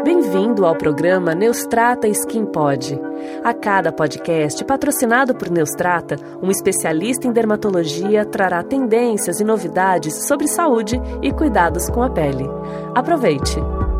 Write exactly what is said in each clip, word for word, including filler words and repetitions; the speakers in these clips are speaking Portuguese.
Bem-vindo ao programa Neustrata Skin Pod. A cada podcast, patrocinado por Neustrata, um especialista em dermatologia trará tendências e novidades sobre saúde e cuidados com a pele. Aproveite!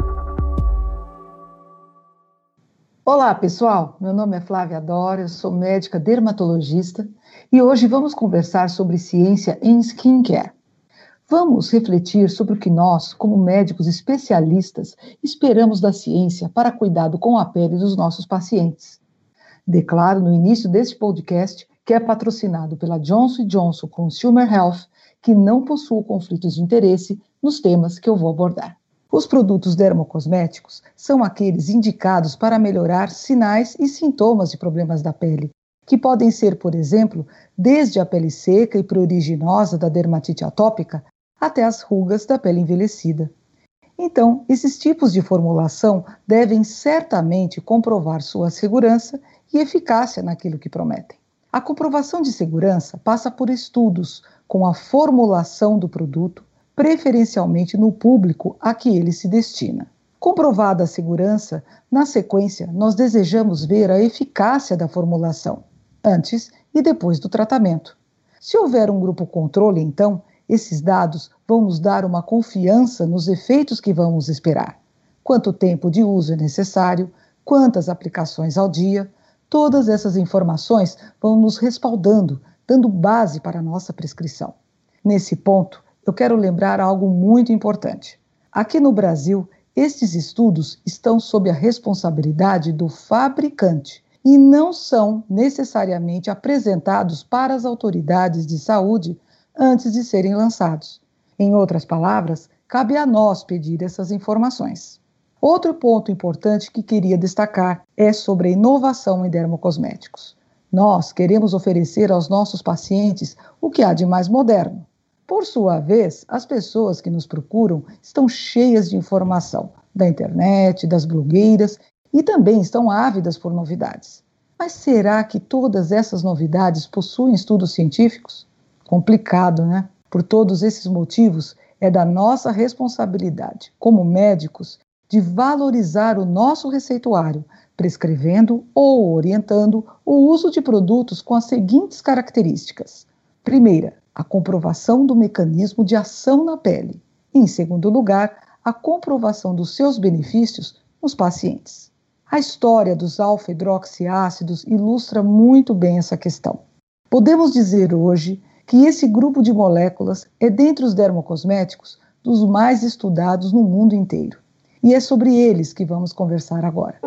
Olá, pessoal! Meu nome é Flávia Dória, eu sou médica dermatologista e hoje vamos conversar sobre ciência em skincare. Vamos refletir sobre o que nós, como médicos especialistas, esperamos da ciência para cuidado com a pele dos nossos pacientes. Declaro no início deste podcast que é patrocinado pela Johnson and Johnson Consumer Health, que não possui conflitos de interesse nos temas que eu vou abordar. Os produtos dermocosméticos são aqueles indicados para melhorar sinais e sintomas de problemas da pele, que podem ser, por exemplo, desde a pele seca e pruriginosa da dermatite atópica até as rugas da pele envelhecida. Então, esses tipos de formulação devem certamente comprovar sua segurança e eficácia naquilo que prometem. A comprovação de segurança passa por estudos com a formulação do produto, preferencialmente no público a que ele se destina. Comprovada a segurança, na sequência, nós desejamos ver a eficácia da formulação, antes e depois do tratamento. Se houver um grupo controle, então, esses dados vão nos dar uma confiança nos efeitos que vamos esperar. Quanto tempo de uso é necessário, quantas aplicações ao dia, todas essas informações vão nos respaldando, dando base para a nossa prescrição. Nesse ponto, eu quero lembrar algo muito importante. Aqui no Brasil, estes estudos estão sob a responsabilidade do fabricante e não são necessariamente apresentados para as autoridades de saúde antes de serem lançados. Em outras palavras, cabe a nós pedir essas informações. Outro ponto importante que queria destacar é sobre a inovação em dermocosméticos. Nós queremos oferecer aos nossos pacientes o que há de mais moderno. Por sua vez, as pessoas que nos procuram estão cheias de informação da internet, das blogueiras e também estão ávidas por novidades. Mas será que todas essas novidades possuem estudos científicos? Complicado, né? Por todos esses motivos, é da nossa responsabilidade, como médicos, de valorizar o nosso receituário, prescrevendo ou orientando o uso de produtos com as seguintes características. Primeira, a comprovação do mecanismo de ação na pele. E, em segundo lugar, a comprovação dos seus benefícios nos pacientes. A história dos alfa-hidroxiácidos ilustra muito bem essa questão. Podemos dizer hoje que esse grupo de moléculas é, dentre os dermocosméticos, dos mais estudados no mundo inteiro. E é sobre eles que vamos conversar agora.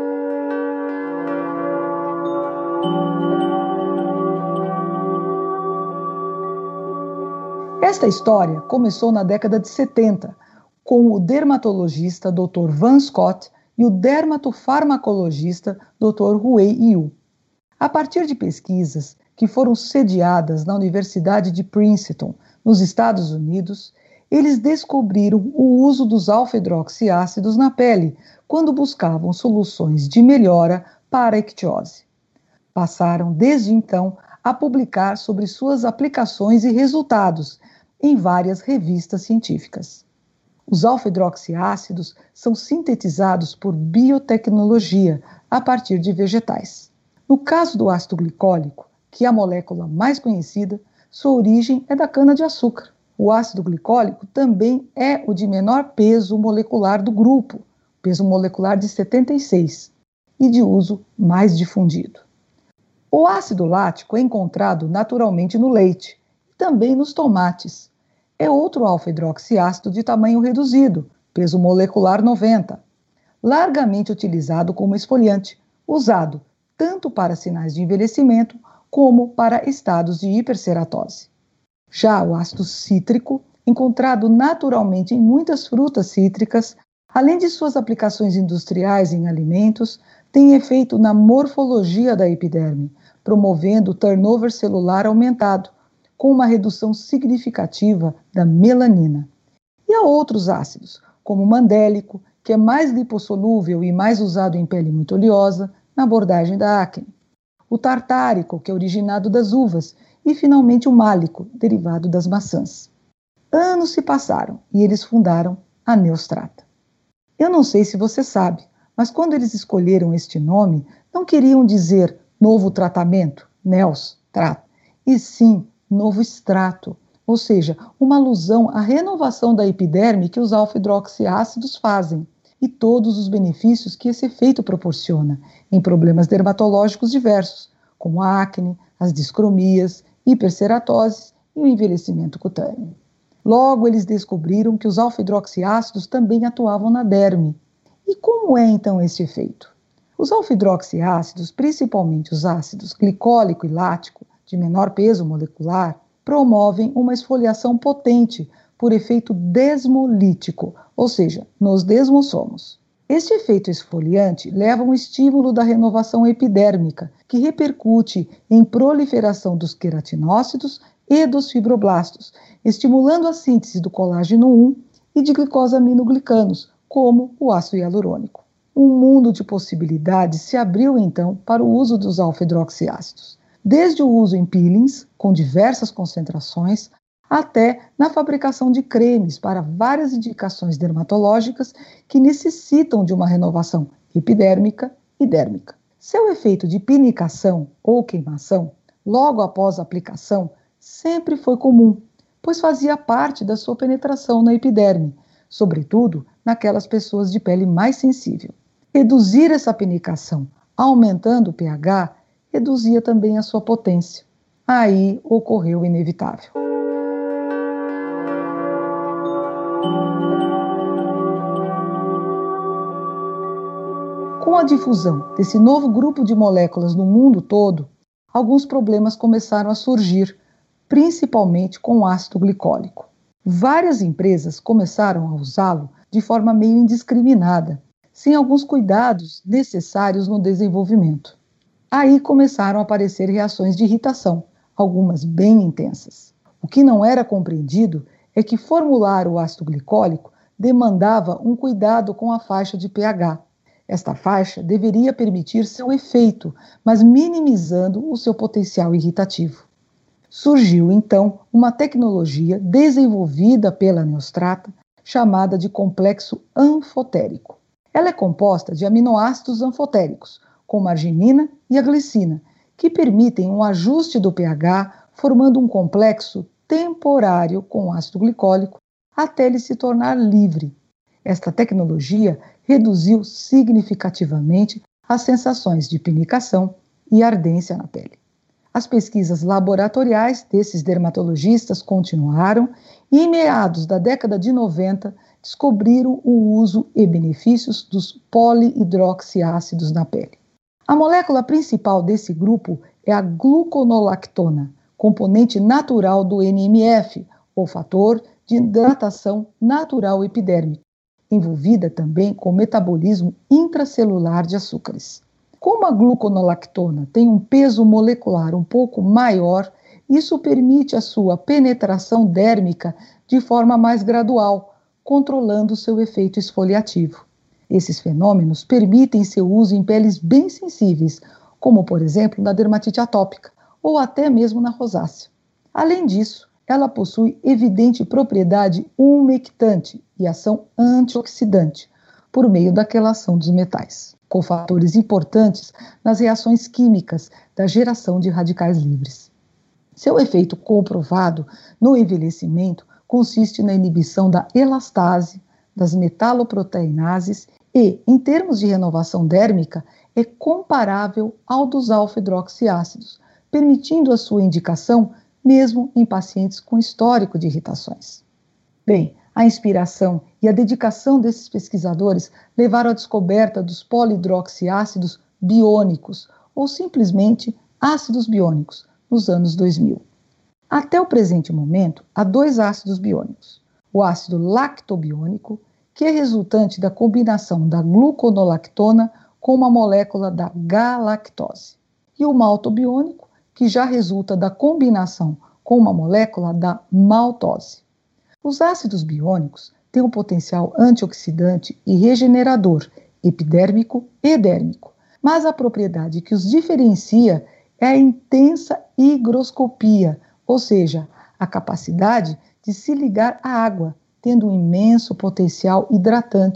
Esta história começou na década de setenta, com o dermatologista doutor Van Scott e o dermatofarmacologista doutor Huey Yu. A partir de pesquisas que foram sediadas na Universidade de Princeton, nos Estados Unidos, eles descobriram o uso dos alfa-hidroxiácidos na pele quando buscavam soluções de melhora para a ictiose. Passaram, desde então, a publicar sobre suas aplicações e resultados em várias revistas científicas. Os alfa-hidroxiácidos são sintetizados por biotecnologia a partir de vegetais. No caso do ácido glicólico, que é a molécula mais conhecida, sua origem é da cana-de-açúcar. O ácido glicólico também é o de menor peso molecular do grupo, peso molecular de setenta e seis, e de uso mais difundido. O ácido lático é encontrado naturalmente no leite e também nos tomates. É outro alfa-hidroxiácido de tamanho reduzido, peso molecular noventa, largamente utilizado como esfoliante, usado tanto para sinais de envelhecimento como para estados de hiperceratose. Já o ácido cítrico, encontrado naturalmente em muitas frutas cítricas, além de suas aplicações industriais em alimentos, tem efeito na morfologia da epiderme, promovendo o turnover celular aumentado, com uma redução significativa da melanina. E há outros ácidos, como o mandélico, que é mais lipossolúvel e mais usado em pele muito oleosa, na abordagem da acne. O tartárico, que é originado das uvas, e finalmente o málico, derivado das maçãs. Anos se passaram e eles fundaram a Neustrata. Eu não sei se você sabe, mas quando eles escolheram este nome, não queriam dizer novo tratamento, NELS, trato, e sim novo extrato, ou seja, uma alusão à renovação da epiderme que os alfa-hidroxiácidos fazem e todos os benefícios que esse efeito proporciona em problemas dermatológicos diversos, como a acne, as discromias, hiperceratoses e o envelhecimento cutâneo. Logo, eles descobriram que os alfa-hidroxiácidos também atuavam na derme. E como é então esse efeito? Os alfa-hidroxiácidos, principalmente os ácidos glicólico e lático, de menor peso molecular, promovem uma esfoliação potente por efeito desmolítico, ou seja, nos desmossomos. Este efeito esfoliante leva a um estímulo da renovação epidérmica, que repercute em proliferação dos queratinócitos e dos fibroblastos, estimulando a síntese do colágeno um e de glicosaminoglicanos, como o ácido hialurônico. Um mundo de possibilidades se abriu então para o uso dos alfa-hidroxiácidos, desde o uso em peelings, com diversas concentrações, até na fabricação de cremes para várias indicações dermatológicas que necessitam de uma renovação epidérmica e dérmica. Seu efeito de pinicação ou queimação, logo após a aplicação, sempre foi comum, pois fazia parte da sua penetração na epiderme, sobretudo naquelas pessoas de pele mais sensível. Reduzir essa pinicação, aumentando o pH, reduzia também a sua potência. Aí ocorreu o inevitável. Com a difusão desse novo grupo de moléculas no mundo todo, alguns problemas começaram a surgir, principalmente com o ácido glicólico. Várias empresas começaram a usá-lo de forma meio indiscriminada, sem alguns cuidados necessários no desenvolvimento. Aí começaram a aparecer reações de irritação, algumas bem intensas. O que não era compreendido é que formular o ácido glicólico demandava um cuidado com a faixa de pH. Esta faixa deveria permitir seu efeito, mas minimizando o seu potencial irritativo. Surgiu, então, uma tecnologia desenvolvida pela Neostrata chamada de complexo anfotérico. Ela é composta de aminoácidos anfotéricos, como a arginina e a glicina, que permitem um ajuste do pH, formando um complexo temporário com ácido glicólico até ele se tornar livre. Esta tecnologia reduziu significativamente as sensações de pinicação e ardência na pele. As pesquisas laboratoriais desses dermatologistas continuaram e, em meados da década de noventa, descobriram o uso e benefícios dos polihidroxiácidos na pele. A molécula principal desse grupo é a gluconolactona, componente natural do N M F, ou fator de hidratação natural epidérmica, envolvida também com o metabolismo intracelular de açúcares. Como a gluconolactona tem um peso molecular um pouco maior, isso permite a sua penetração dérmica de forma mais gradual, controlando seu efeito esfoliativo. Esses fenômenos permitem seu uso em peles bem sensíveis, como, por exemplo, na dermatite atópica ou até mesmo na rosácea. Além disso, ela possui evidente propriedade umectante e ação antioxidante, por meio da quelação dos metais, cofatores importantes nas reações químicas da geração de radicais livres. Seu efeito comprovado no envelhecimento consiste na inibição da elastase, das metaloproteinases e, em termos de renovação dérmica, é comparável ao dos alfa-hidroxiácidos, permitindo a sua indicação mesmo em pacientes com histórico de irritações. Bem, a inspiração e a dedicação desses pesquisadores levaram à descoberta dos polihidroxiácidos biônicos, ou simplesmente ácidos biônicos, nos anos dois mil. Até o presente momento, há dois ácidos biônicos: o ácido lactobiônico, que é resultante da combinação da gluconolactona com uma molécula da galactose, e o maltobiônico, que já resulta da combinação com uma molécula da maltose. Os ácidos biônicos têm um potencial antioxidante e regenerador epidérmico e dérmico, mas a propriedade que os diferencia é a intensa higroscopia, ou seja, a capacidade de se ligar à água, tendo um imenso potencial hidratante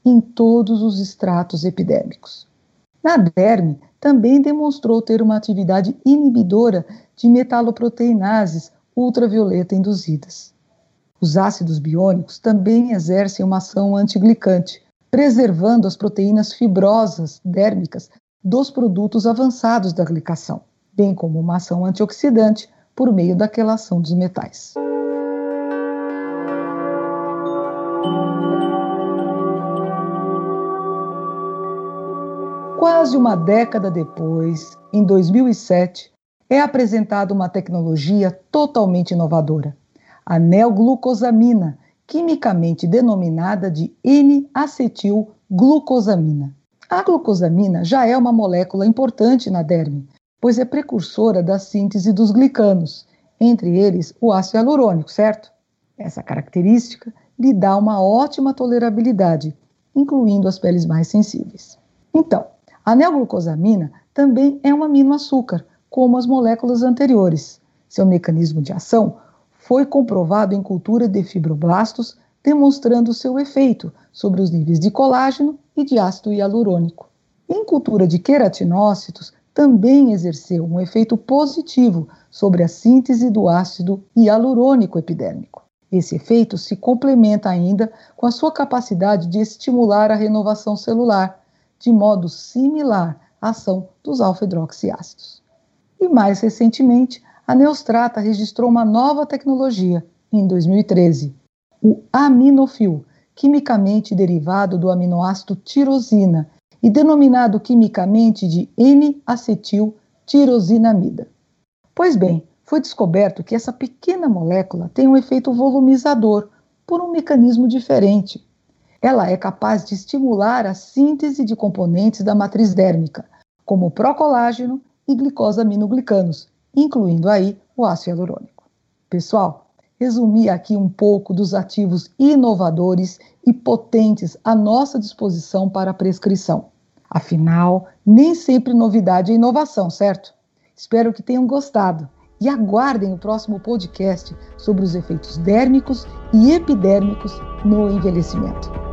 em todos os estratos epidérmicos. Na derme, também demonstrou ter uma atividade inibidora de metaloproteinases ultravioleta induzidas. Os ácidos biônicos também exercem uma ação antiglicante, preservando as proteínas fibrosas dérmicas dos produtos avançados da glicação, bem como uma ação antioxidante por meio da quelação dos metais. Quase uma década depois, em dois mil e sete, é apresentada uma tecnologia totalmente inovadora, a neoglucosamina, quimicamente denominada de N-acetilglucosamina. A glucosamina já é uma molécula importante na derme, pois é precursora da síntese dos glicanos, entre eles o ácido hialurônico, certo? Essa característica lhe dá uma ótima tolerabilidade, incluindo as peles mais sensíveis. Então, a neoglucosamina também é um aminoaçúcar, como as moléculas anteriores. Seu mecanismo de ação foi comprovado em cultura de fibroblastos, demonstrando seu efeito sobre os níveis de colágeno e de ácido hialurônico. Em cultura de queratinócitos, também exerceu um efeito positivo sobre a síntese do ácido hialurônico epidérmico. Esse efeito se complementa ainda com a sua capacidade de estimular a renovação celular, de modo similar à ação dos alfa-hidroxiácidos. E mais recentemente, a Neostrata registrou uma nova tecnologia, em dois mil e treze, o aminofil, quimicamente derivado do aminoácido tirosina e denominado quimicamente de N-acetiltirosinamida. Pois bem, foi descoberto que essa pequena molécula tem um efeito volumizador por um mecanismo diferente. Ela é capaz de estimular a síntese de componentes da matriz dérmica, como procolágeno e glicosaminoglicanos, incluindo aí o ácido hialurônico. Pessoal, resumi aqui um pouco dos ativos inovadores e potentes à nossa disposição para a prescrição. Afinal, nem sempre novidade é inovação, certo? Espero que tenham gostado e aguardem o próximo podcast sobre os efeitos dérmicos e epidérmicos no envelhecimento.